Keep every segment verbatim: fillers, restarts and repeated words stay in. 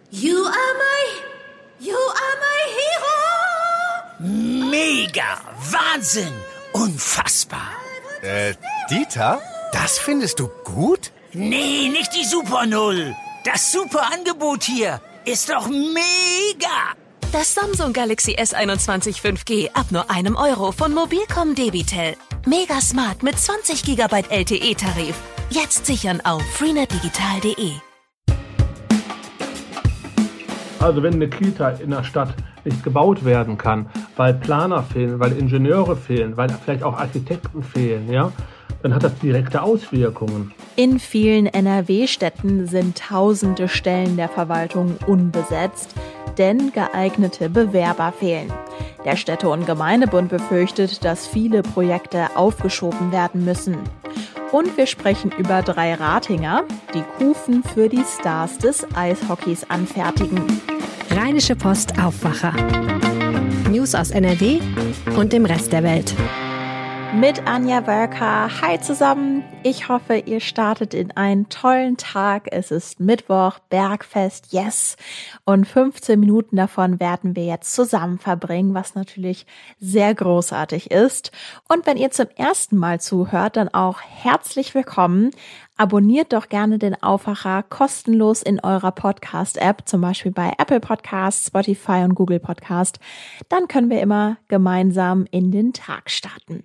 You are my, you are my hero. Mega, Wahnsinn, unfassbar. Äh, Dieter, das findest du gut? Nee, nicht die Super Null. Das Super-Angebot hier ist doch mega. Das Samsung Galaxy S einundzwanzig fünf G ab nur einem Euro von Mobilcom Debitel. Mega smart mit zwanzig Gigabyte L T E-Tarif. Jetzt sichern auf freenet digital punkt de. Also wenn eine Kita in der Stadt nicht gebaut werden kann, weil Planer fehlen, weil Ingenieure fehlen, weil vielleicht auch Architekten fehlen, ja, dann hat das direkte Auswirkungen. In vielen N R W-Städten sind tausende Stellen der Verwaltung unbesetzt, denn geeignete Bewerber fehlen. Der Städte- und Gemeindebund befürchtet, dass viele Projekte aufgeschoben werden müssen. Und wir sprechen über drei Ratinger, die Kufen für die Stars des Eishockeys anfertigen. Rheinische Post Aufwacher. News aus N R W und dem Rest der Welt. Mit Anja Wölker. Hi zusammen. Ich hoffe, ihr startet in einen tollen Tag. Es ist Mittwoch, Bergfest, yes. Und fünfzehn Minuten davon werden wir jetzt zusammen verbringen, was natürlich sehr großartig ist. Und wenn ihr zum ersten Mal zuhört, dann auch herzlich willkommen. Abonniert doch gerne den Aufwacher kostenlos in eurer Podcast-App, zum Beispiel bei Apple Podcasts, Spotify und Google Podcast. Dann können wir immer gemeinsam in den Tag starten.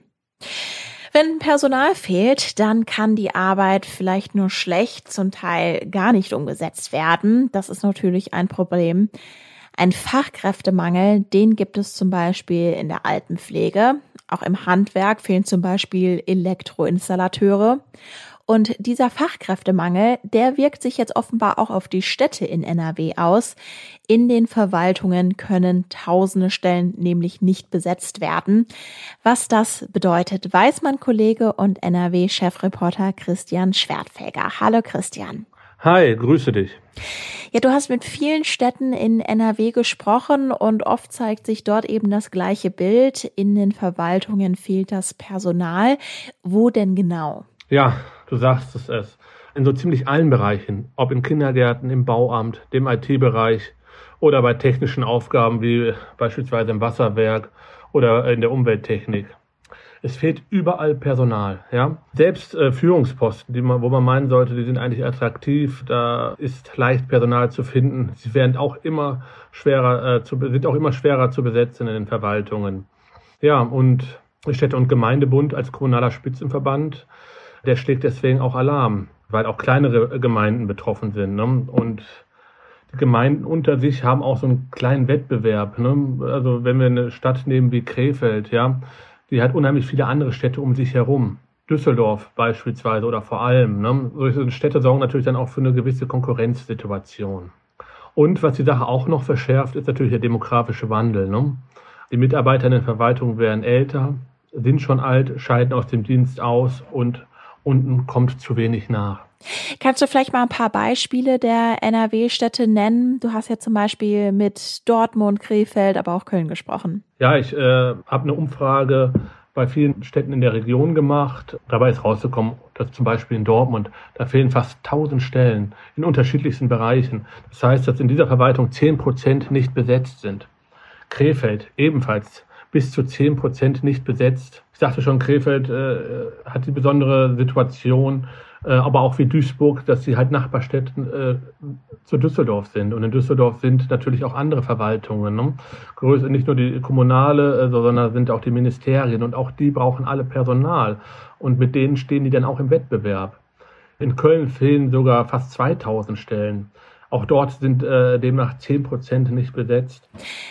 Wenn Personal fehlt, dann kann die Arbeit vielleicht nur schlecht, zum Teil gar nicht umgesetzt werden. Das ist natürlich ein Problem. Ein Fachkräftemangel, den gibt es zum Beispiel in der Altenpflege. Auch im Handwerk fehlen zum Beispiel Elektroinstallateure. Und dieser Fachkräftemangel, der wirkt sich jetzt offenbar auch auf die Städte in N R W aus. In den Verwaltungen können tausende Stellen nämlich nicht besetzt werden. Was das bedeutet, weiß mein Kollege und N R W-Chefreporter Christian Schwertfeger. Hallo Christian. Hi, grüße dich. Ja, du hast mit vielen Städten in N R W gesprochen und oft zeigt sich dort eben das gleiche Bild. In den Verwaltungen fehlt das Personal. Wo denn genau? Ja, du sagst es es. In so ziemlich allen Bereichen, ob in Kindergärten, im Bauamt, dem I T-Bereich oder bei technischen Aufgaben wie beispielsweise im Wasserwerk oder in der Umwelttechnik. Es fehlt überall Personal, ja. Selbst äh, Führungsposten, die man, wo man meinen sollte, die sind eigentlich attraktiv, da ist leicht Personal zu finden. Sie werden auch immer schwerer, äh, zu, sind auch immer schwerer zu besetzen in den Verwaltungen. Ja, und Städte- und Gemeindebund als kommunaler Spitzenverband, der schlägt deswegen auch Alarm, weil auch kleinere Gemeinden betroffen sind, ne? Und die Gemeinden unter sich haben auch so einen kleinen Wettbewerb, ne? Also wenn wir eine Stadt nehmen wie Krefeld, ja, die hat unheimlich viele andere Städte um sich herum. Düsseldorf beispielsweise oder vor allem, ne? Solche Städte sorgen natürlich dann auch für eine gewisse Konkurrenzsituation. Und was die Sache auch noch verschärft, ist natürlich der demografische Wandel, ne? Die Mitarbeiter in der Verwaltung werden älter, sind schon alt, scheiden aus dem Dienst aus und unten kommt zu wenig nach. Kannst du vielleicht mal ein paar Beispiele der N R W-Städte nennen? Du hast ja zum Beispiel mit Dortmund, Krefeld, aber auch Köln gesprochen. Ja, ich äh, habe eine Umfrage bei vielen Städten in der Region gemacht. Dabei ist rausgekommen, dass zum Beispiel in Dortmund, da fehlen fast tausend Stellen in unterschiedlichsten Bereichen. Das heißt, dass in dieser Verwaltung zehn Prozent nicht besetzt sind. Krefeld ebenfalls bis zu zehn Prozent nicht besetzt. Ich sagte schon, Krefeld äh, hat die besondere Situation, äh, aber auch wie Duisburg, dass sie halt Nachbarstädten äh, zu Düsseldorf sind. Und in Düsseldorf sind natürlich auch andere Verwaltungen, ne? Größer, nicht nur die kommunale, äh, sondern sind auch die Ministerien. Und auch die brauchen alle Personal. Und mit denen stehen die dann auch im Wettbewerb. In Köln fehlen sogar fast zweitausend Stellen. Auch dort sind äh, demnach zehn Prozent nicht besetzt.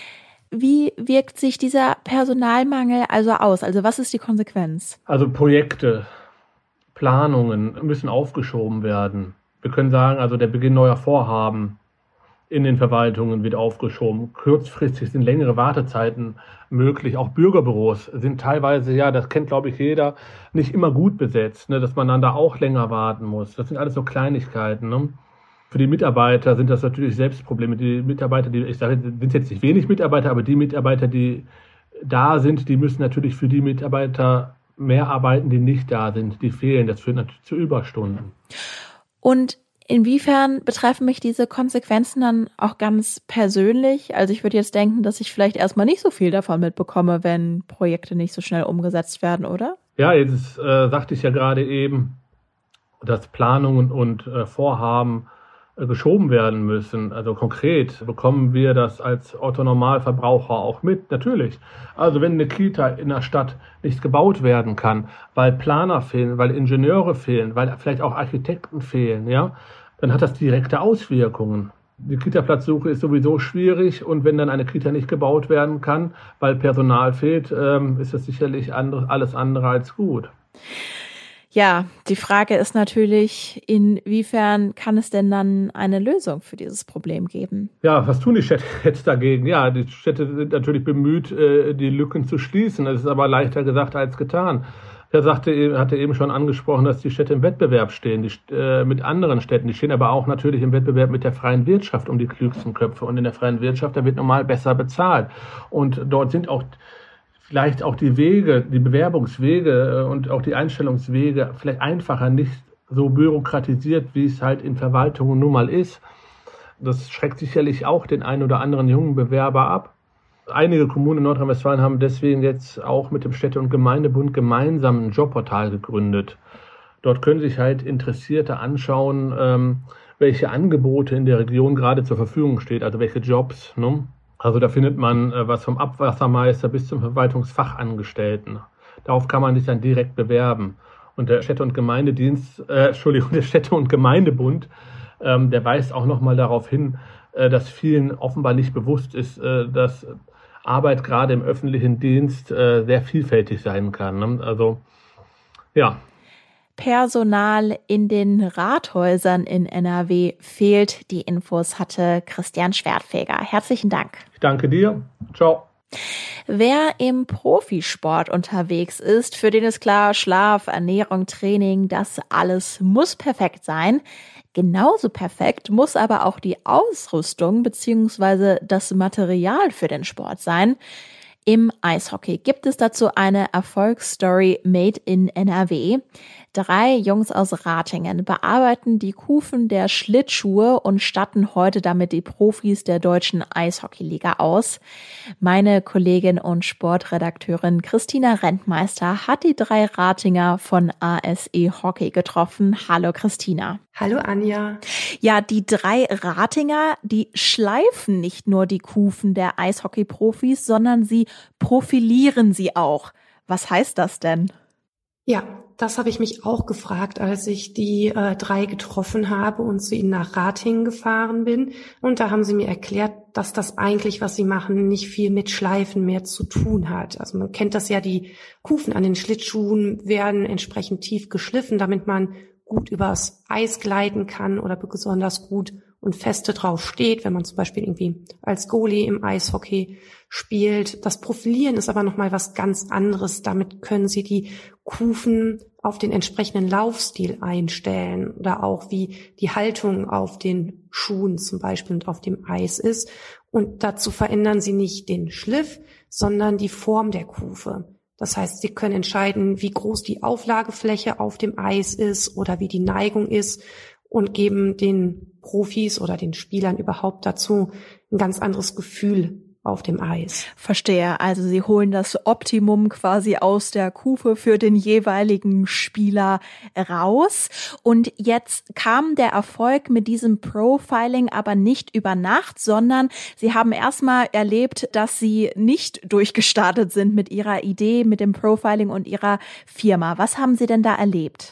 Wie wirkt sich dieser Personalmangel also aus? Also was ist die Konsequenz? Also Projekte, Planungen müssen aufgeschoben werden. Wir können sagen, also der Beginn neuer Vorhaben in den Verwaltungen wird aufgeschoben. Kurzfristig sind längere Wartezeiten möglich. Auch Bürgerbüros sind teilweise, ja, das kennt glaube ich jeder, nicht immer gut besetzt, ne, dass man dann da auch länger warten muss. Das sind alles so Kleinigkeiten, ne? Für die Mitarbeiter sind das natürlich Selbstprobleme. Die Mitarbeiter, die, ich sage, sind jetzt nicht wenig Mitarbeiter, aber die Mitarbeiter, die da sind, die müssen natürlich für die Mitarbeiter mehr arbeiten, die nicht da sind, die fehlen. Das führt natürlich zu Überstunden. Und Inwiefern betreffen mich diese Konsequenzen dann auch ganz persönlich? Also ich würde jetzt denken, dass ich vielleicht erstmal nicht so viel davon mitbekomme, wenn Projekte nicht so schnell umgesetzt werden, oder? Ja, jetzt äh, sagte ich ja gerade eben, dass Planungen und äh, Vorhaben äh, geschoben werden müssen. Also konkret bekommen wir das als Otto-Normalverbraucher auch mit, natürlich. Also wenn eine Kita in der Stadt nicht gebaut werden kann, weil Planer fehlen, weil Ingenieure fehlen, weil vielleicht auch Architekten fehlen, ja, dann hat das direkte Auswirkungen. Die Kita-Platzsuche ist sowieso schwierig und wenn dann eine Kita nicht gebaut werden kann, weil Personal fehlt, ähm, ist das sicherlich andere, alles andere als gut. Ja, die Frage ist natürlich, inwiefern kann es denn dann eine Lösung für dieses Problem geben? Ja, was tun die Städte jetzt dagegen? Ja, die Städte sind natürlich bemüht, die Lücken zu schließen. Das ist aber leichter gesagt als getan. Er sagte, hatte eben schon angesprochen, dass die Städte im Wettbewerb stehen die, äh, mit anderen Städten. Die stehen aber auch natürlich im Wettbewerb mit der freien Wirtschaft um die klügsten Köpfe. Und in der freien Wirtschaft, da wird normal besser bezahlt. Und dort sind auch vielleicht auch die Wege, die Bewerbungswege und auch die Einstellungswege vielleicht einfacher, nicht so bürokratisiert, wie es halt in Verwaltungen nun mal ist. Das schreckt sicherlich auch den einen oder anderen jungen Bewerber ab. Einige Kommunen in Nordrhein-Westfalen haben deswegen jetzt auch mit dem Städte- und Gemeindebund gemeinsam ein Jobportal gegründet. Dort können sich halt Interessierte anschauen, ähm, welche Angebote in der Region gerade zur Verfügung steht, also welche Jobs. Ne? Also da findet man äh, was vom Abwassermeister bis zum Verwaltungsfachangestellten. Darauf kann man sich dann direkt bewerben. Und der Städte- und Gemeindedienst, äh, Entschuldigung, der Städte- und Gemeindebund, ähm, der weist auch nochmal darauf hin, äh, dass vielen offenbar nicht bewusst ist, äh, dass Arbeit gerade im öffentlichen Dienst äh, sehr vielfältig sein kann. Ne? Also, ja. Personal in den Rathäusern in N R W fehlt. Die Infos hatte Christian Schwertfeger. Herzlichen Dank. Ich danke dir. Ciao. Wer im Profisport unterwegs ist, für den ist klar, Schlaf, Ernährung, Training, das alles muss perfekt sein. Genauso perfekt muss aber auch die Ausrüstung bzw. das Material für den Sport sein. Im Eishockey gibt es dazu eine Erfolgsstory made in N R W. Drei Jungs aus Ratingen bearbeiten die Kufen der Schlittschuhe und statten heute damit die Profis der deutschen Eishockeyliga aus. Meine Kollegin und Sportredakteurin Christina Rentmeister hat die drei Ratinger von A S E Hockey getroffen. Hallo Christina. Hallo Anja. Ja, die drei Ratinger, die schleifen nicht nur die Kufen der Eishockey-Profis, sondern sie profilieren sie auch. Was heißt das denn? Ja, das habe ich mich auch gefragt, als ich die äh, drei getroffen habe und zu ihnen nach Ratingen gefahren bin. Und da haben sie mir erklärt, dass das eigentlich, was sie machen, nicht viel mit Schleifen mehr zu tun hat. Also man kennt das ja, die Kufen an den Schlittschuhen werden entsprechend tief geschliffen, damit man gut übers Eis gleiten kann oder besonders gut und feste drauf steht, wenn man zum Beispiel irgendwie als Goalie im Eishockey spielt. Das Profilieren ist aber nochmal was ganz anderes. Damit können Sie die Kufen auf den entsprechenden Laufstil einstellen oder auch wie die Haltung auf den Schuhen zum Beispiel und auf dem Eis ist. Und dazu verändern Sie nicht den Schliff, sondern die Form der Kufe. Das heißt, Sie können entscheiden, wie groß die Auflagefläche auf dem Eis ist oder wie die Neigung ist und geben den Profis oder den Spielern überhaupt dazu ein ganz anderes Gefühl auf dem Eis. Verstehe. Also Sie holen das Optimum quasi aus der Kufe für den jeweiligen Spieler raus. Und jetzt kam der Erfolg mit diesem Profiling aber nicht über Nacht, sondern Sie haben erstmal erlebt, dass Sie nicht durchgestartet sind mit Ihrer Idee, mit dem Profiling und Ihrer Firma. Was haben Sie denn da erlebt?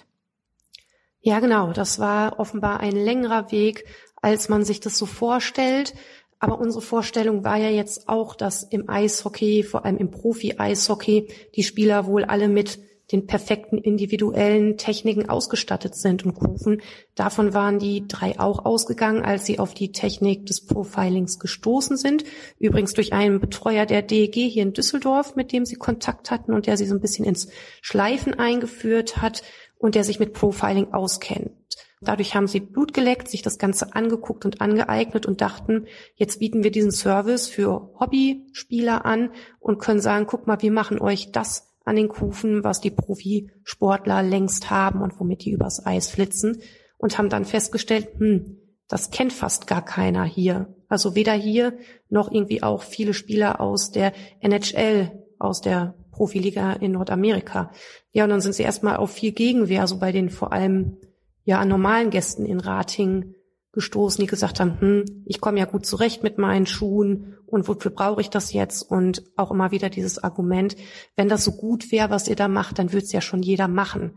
Ja, genau. Das war offenbar ein längerer Weg, als man sich das so vorstellt. Aber unsere Vorstellung war ja jetzt auch, dass im Eishockey, vor allem im Profi-Eishockey, die Spieler wohl alle mit den perfekten individuellen Techniken ausgestattet sind und Kufen. Davon waren die drei auch ausgegangen, als sie auf die Technik des Profilings gestoßen sind. Übrigens durch einen Betreuer der D E G hier in Düsseldorf, mit dem sie Kontakt hatten und der sie so ein bisschen ins Schleifen eingeführt hat und der sich mit Profiling auskennt. Dadurch haben sie Blut geleckt, sich das Ganze angeguckt und angeeignet und dachten, jetzt bieten wir diesen Service für Hobbyspieler an und können sagen, guck mal, wir machen euch das an den Kufen, was die Profisportler längst haben und womit die übers Eis flitzen. und haben dann festgestellt, hm, das kennt fast gar keiner hier. Also weder hier noch irgendwie auch viele Spieler aus der N H L, aus der Profiliga in Nordamerika. Ja, und dann sind sie erstmal auf viel Gegenwehr, so bei den vor allem ja normalen Gästen in Ratingen gestoßen, die gesagt haben, hm, ich komme ja gut zurecht mit meinen Schuhen und wofür brauche ich das jetzt? Und auch immer wieder dieses Argument, wenn das so gut wäre, was ihr da macht, dann würde es ja schon jeder machen.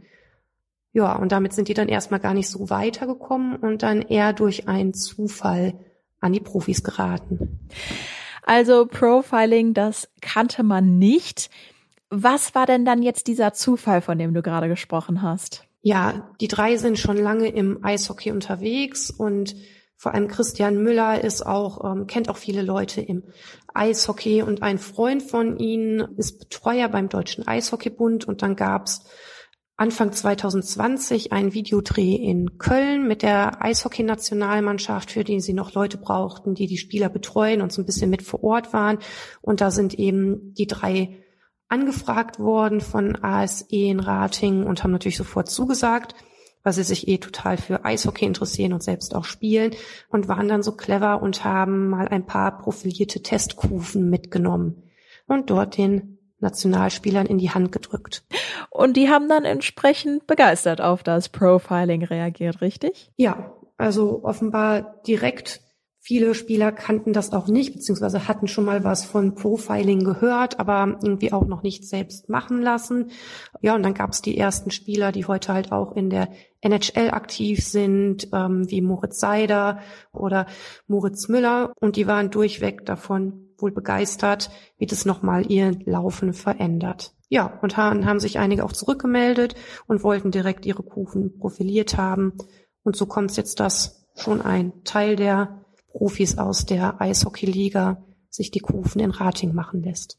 Ja, und damit sind die dann erstmal gar nicht so weitergekommen und dann eher durch einen Zufall an die Profis geraten. Also Profiling, das kannte man nicht. Was war denn dann jetzt dieser Zufall, von dem du gerade gesprochen hast? Ja, die drei sind schon lange im Eishockey unterwegs und vor allem Christian Müller ist auch, ähm, kennt auch viele Leute im Eishockey und ein Freund von ihnen ist Betreuer beim Deutschen Eishockeybund und dann gab's Anfang zwanzig zwanzig einen Videodreh in Köln mit der Eishockey-Nationalmannschaft, für den sie noch Leute brauchten, die die Spieler betreuen und so ein bisschen mit vor Ort waren. Und da sind eben die drei angefragt worden von A S E in Ratingen und haben natürlich sofort zugesagt, weil sie sich eh total für Eishockey interessieren und selbst auch spielen und waren dann so clever und haben mal ein paar profilierte Testkufen mitgenommen und dort den Nationalspielern in die Hand gedrückt. Und die haben dann entsprechend begeistert auf das Profiling reagiert, richtig? Ja, also offenbar direkt. Viele Spieler kannten das auch nicht, beziehungsweise hatten schon mal was von Profiling gehört, aber irgendwie auch noch nicht selbst machen lassen. Ja, und dann gab es die ersten Spieler, die heute halt auch in der N H L aktiv sind, ähm, wie Moritz Seider oder Moritz Müller. Und die waren durchweg davon wohl begeistert, wie das nochmal ihr Laufen verändert. Ja, und dann haben sich einige auch zurückgemeldet und wollten direkt ihre Kufen profiliert haben. Und so kommt es jetzt, dass schon ein Teil der Profis aus der Eishockey-Liga sich die Kufen in Ratingen machen lässt.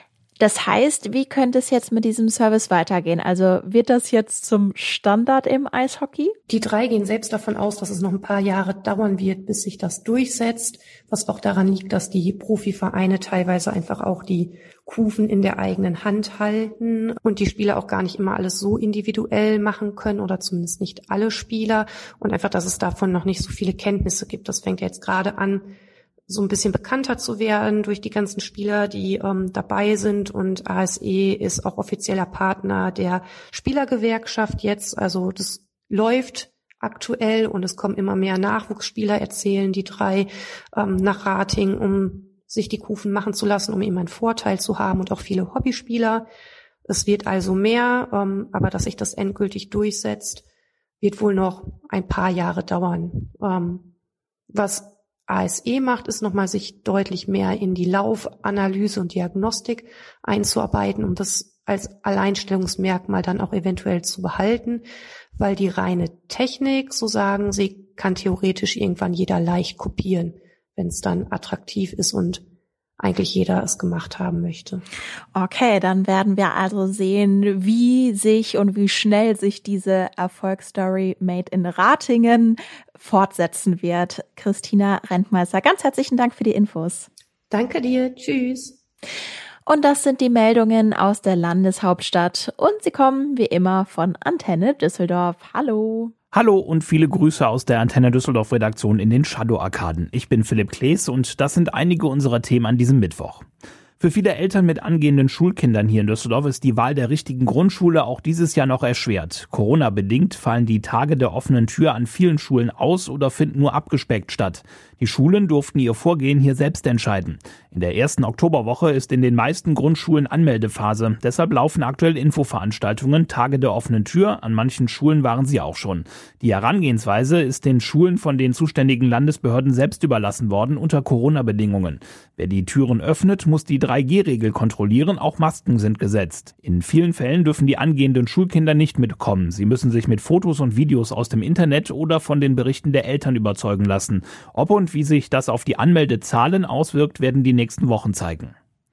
Das heißt, wie könnte es jetzt mit diesem Service weitergehen? Also wird das jetzt zum Standard im Eishockey? Die drei gehen selbst davon aus, dass es noch ein paar Jahre dauern wird, bis sich das durchsetzt, was auch daran liegt, dass die Profivereine teilweise einfach auch die Kufen in der eigenen Hand halten und die Spieler auch gar nicht immer alles so individuell machen können oder zumindest nicht alle Spieler und einfach, dass es davon noch nicht so viele Kenntnisse gibt. Das fängt ja jetzt gerade an, so ein bisschen bekannter zu werden durch die ganzen Spieler, die ähm, dabei sind. Und A S E ist auch offizieller Partner der Spielergewerkschaft jetzt. Also das läuft aktuell und es kommen immer mehr Nachwuchsspieler, erzählen die drei ähm, nach Ratingen, um sich die Kufen machen zu lassen, um eben einen Vorteil zu haben und auch viele Hobbyspieler. Es wird also mehr, ähm, aber dass sich das endgültig durchsetzt, wird wohl noch ein paar Jahre dauern. Ähm, was A S E macht, ist nochmal sich deutlich mehr in die Laufanalyse und Diagnostik einzuarbeiten, um das als Alleinstellungsmerkmal dann auch eventuell zu behalten, weil die reine Technik, so sagen sie, kann theoretisch irgendwann jeder leicht kopieren, wenn es dann attraktiv ist und eigentlich jeder es gemacht haben möchte. Okay, dann werden wir also sehen, wie sich und wie schnell sich diese Erfolgsstory Made in Ratingen fortsetzen wird. Christina Rentmeister, ganz herzlichen Dank für die Infos. Danke dir, tschüss. Und das sind die Meldungen aus der Landeshauptstadt und sie kommen wie immer von Antenne Düsseldorf. Hallo. Hallo und viele Grüße aus der Antenne Düsseldorf Redaktion in den Shadow-Arkaden. Ich bin Philipp Klees und das sind einige unserer Themen an diesem Mittwoch. Für viele Eltern mit angehenden Schulkindern hier in Düsseldorf ist die Wahl der richtigen Grundschule auch dieses Jahr noch erschwert. Corona-bedingt fallen die Tage der offenen Tür an vielen Schulen aus oder finden nur abgespeckt statt. Die Schulen durften ihr Vorgehen hier selbst entscheiden. In der ersten Oktoberwoche ist in den meisten Grundschulen Anmeldephase. Deshalb laufen aktuell Infoveranstaltungen, Tage der offenen Tür. An manchen Schulen waren sie auch schon. Die Herangehensweise ist den Schulen von den zuständigen Landesbehörden selbst überlassen worden unter Corona-Bedingungen. Wer die Türen öffnet, muss die drei G Regel kontrollieren. Auch Masken sind gesetzt. In vielen Fällen dürfen die angehenden Schulkinder nicht mitkommen. Sie müssen sich mit Fotos und Videos aus dem Internet oder von den Berichten der Eltern überzeugen lassen. Ob und wie sich das auf die Anmeldezahlen auswirkt, werden die nächsten Wochen zeigen.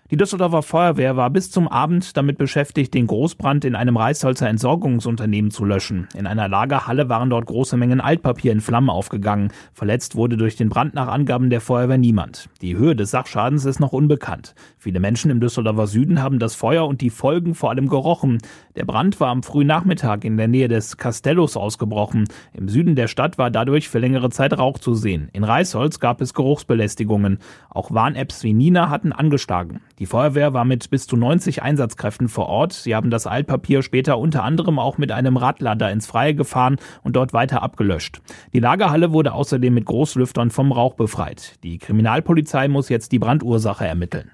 Die Düsseldorfer Feuerwehr war bis zum Abend damit beschäftigt, den Großbrand in einem Reisholzer Entsorgungsunternehmen zu löschen. In einer Lagerhalle waren dort große Mengen Altpapier in Flammen aufgegangen. Verletzt wurde durch den Brand nach Angaben der Feuerwehr niemand. Die Höhe des Sachschadens ist noch unbekannt. Viele Menschen im Düsseldorfer Süden haben das Feuer und die Folgen vor allem gerochen. Der Brand war am frühen Nachmittag in der Nähe des Castellos ausgebrochen. Im Süden der Stadt war dadurch für längere Zeit Rauch zu sehen. In Reisholz gab es Geruchsbelästigungen. Auch Warn-Apps wie Nina hatten angeschlagen. Die Feuerwehr war mit bis zu neunzig Einsatzkräften vor Ort. Sie haben das Altpapier später unter anderem auch mit einem Radlader ins Freie gefahren und dort weiter abgelöscht. Die Lagerhalle wurde außerdem mit Großlüftern vom Rauch befreit. Die Kriminalpolizei muss jetzt die Brandursache ermitteln.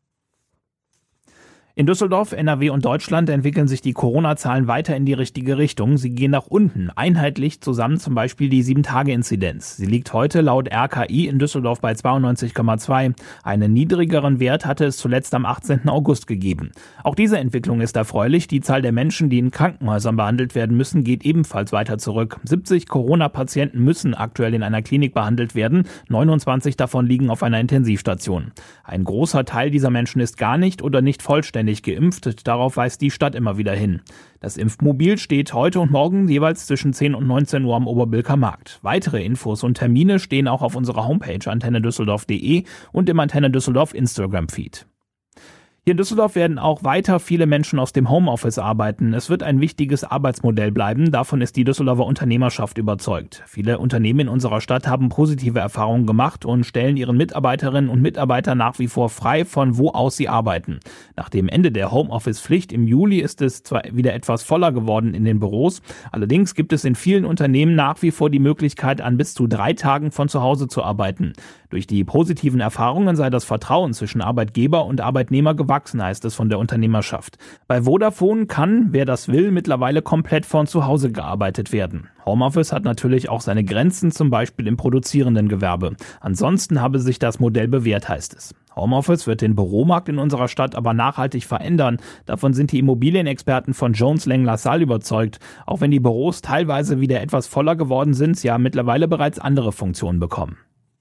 In Düsseldorf, N R W und Deutschland entwickeln sich die Corona-Zahlen weiter in die richtige Richtung. Sie gehen nach unten, einheitlich zusammen zum Beispiel die sieben Tage Inzidenz. Sie liegt heute laut R K I in Düsseldorf bei zweiundneunzig Komma zwei. Einen niedrigeren Wert hatte es zuletzt am achtzehnten August gegeben. Auch diese Entwicklung ist erfreulich. Die Zahl der Menschen, die in Krankenhäusern behandelt werden müssen, geht ebenfalls weiter zurück. siebzig Corona-Patienten müssen aktuell in einer Klinik behandelt werden. neunundzwanzig davon liegen auf einer Intensivstation. Ein großer Teil dieser Menschen ist gar nicht oder nicht vollständig geimpft. Darauf weist die Stadt immer wieder hin. Das Impfmobil steht heute und morgen jeweils zwischen zehn und neunzehn Uhr am Oberbilker Markt. Weitere Infos und Termine stehen auch auf unserer Homepage antenne düsseldorf punkt de und im Antenne Düsseldorf Instagram-Feed. Hier in Düsseldorf werden auch weiter viele Menschen aus dem Homeoffice arbeiten. Es wird ein wichtiges Arbeitsmodell bleiben. Davon ist die Düsseldorfer Unternehmerschaft überzeugt. Viele Unternehmen in unserer Stadt haben positive Erfahrungen gemacht und stellen ihren Mitarbeiterinnen und Mitarbeitern nach wie vor frei, von wo aus sie arbeiten. Nach dem Ende der Homeoffice-Pflicht im Juli ist es zwar wieder etwas voller geworden in den Büros. Allerdings gibt es in vielen Unternehmen nach wie vor die Möglichkeit, an bis zu drei Tagen von zu Hause zu arbeiten. Durch die positiven Erfahrungen sei das Vertrauen zwischen Arbeitgeber und Arbeitnehmer gewachsen, heißt es von der Unternehmerschaft. Bei Vodafone kann, wer das will, mittlerweile komplett von zu Hause gearbeitet werden. Homeoffice hat natürlich auch seine Grenzen, zum Beispiel im produzierenden Gewerbe. Ansonsten habe sich das Modell bewährt, heißt es. Homeoffice wird den Büromarkt in unserer Stadt aber nachhaltig verändern. Davon sind die Immobilienexperten von Jones Lang LaSalle überzeugt. Auch wenn die Büros teilweise wieder etwas voller geworden sind, sie haben mittlerweile bereits andere Funktionen bekommen.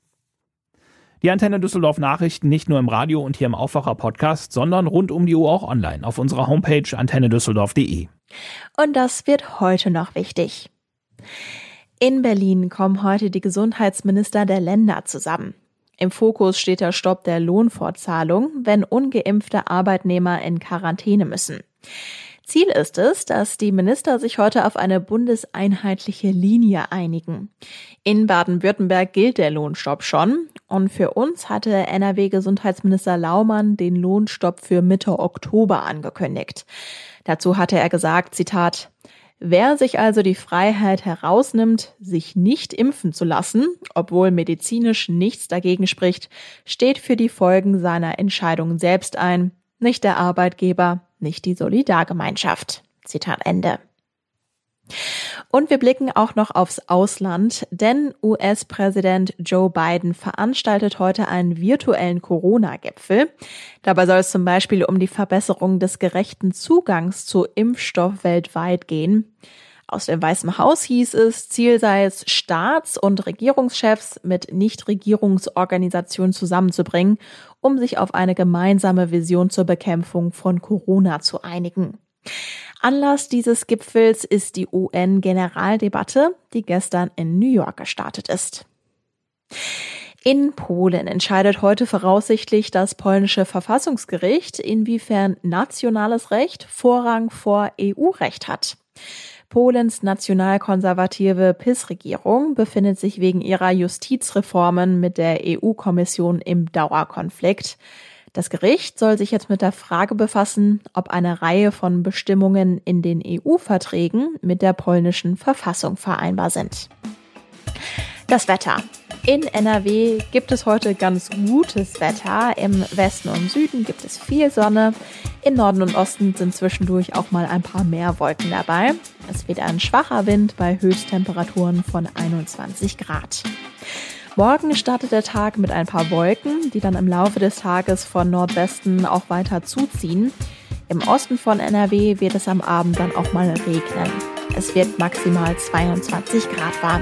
Die Antenne Düsseldorf Nachrichten nicht nur im Radio und hier im Aufwacher-Podcast, sondern rund um die Uhr auch online auf unserer Homepage antenne düsseldorf punkt de. Und das wird heute noch wichtig. In Berlin kommen heute die Gesundheitsminister der Länder zusammen. Im Fokus steht der Stopp der Lohnfortzahlung, wenn ungeimpfte Arbeitnehmer in Quarantäne müssen. Ziel ist es, dass die Minister sich heute auf eine bundeseinheitliche Linie einigen. In Baden-Württemberg gilt der Lohnstopp schon und für uns hatte N R W-Gesundheitsminister Laumann den Lohnstopp für Mitte Oktober angekündigt. Dazu hatte er gesagt, Zitat, wer sich also die Freiheit herausnimmt, sich nicht impfen zu lassen, obwohl medizinisch nichts dagegen spricht, steht für die Folgen seiner Entscheidung selbst ein, nicht der Arbeitgeber, nicht die Solidargemeinschaft. Zitat Ende. Und wir blicken auch noch aufs Ausland, denn U S-Präsident Joe Biden veranstaltet heute einen virtuellen Corona-Gipfel. Dabei soll es zum Beispiel um die Verbesserung des gerechten Zugangs zu Impfstoff weltweit gehen. Aus dem Weißen Haus hieß es, Ziel sei es, Staats- und Regierungschefs mit Nichtregierungsorganisationen zusammenzubringen, um sich auf eine gemeinsame Vision zur Bekämpfung von Corona zu einigen. Anlass dieses Gipfels ist die U N-Generaldebatte, die gestern in New York gestartet ist. In Polen entscheidet heute voraussichtlich das polnische Verfassungsgericht, inwiefern nationales Recht Vorrang vor E U-Recht hat. Polens nationalkonservative P I S-Regierung befindet sich wegen ihrer Justizreformen mit der E U-Kommission im Dauerkonflikt. Das Gericht soll sich jetzt mit der Frage befassen, ob eine Reihe von Bestimmungen in den E U-Verträgen mit der polnischen Verfassung vereinbar sind. Das Wetter. In N R W gibt es heute ganz gutes Wetter. Im Westen und Süden gibt es viel Sonne. Im Norden und Osten sind zwischendurch auch mal ein paar mehr Wolken dabei. Es weht ein schwacher Wind bei Höchsttemperaturen von einundzwanzig Grad. Morgen startet der Tag mit ein paar Wolken, die dann im Laufe des Tages von Nordwesten auch weiter zuziehen. Im Osten von N R W wird es am Abend dann auch mal regnen. Es wird maximal zweiundzwanzig Grad warm.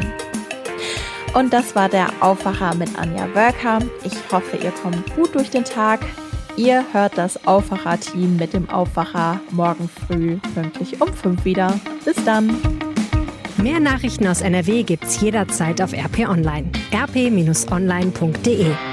Und das war der Aufwacher mit Anja Wölker. Ich hoffe, ihr kommt gut durch den Tag. Ihr hört das Aufwacher-Team mit dem Aufwacher morgen früh pünktlich um fünf wieder. Bis dann. Mehr Nachrichten aus N R W gibt's jederzeit auf R P Online. r p Bindestrich online punkt d e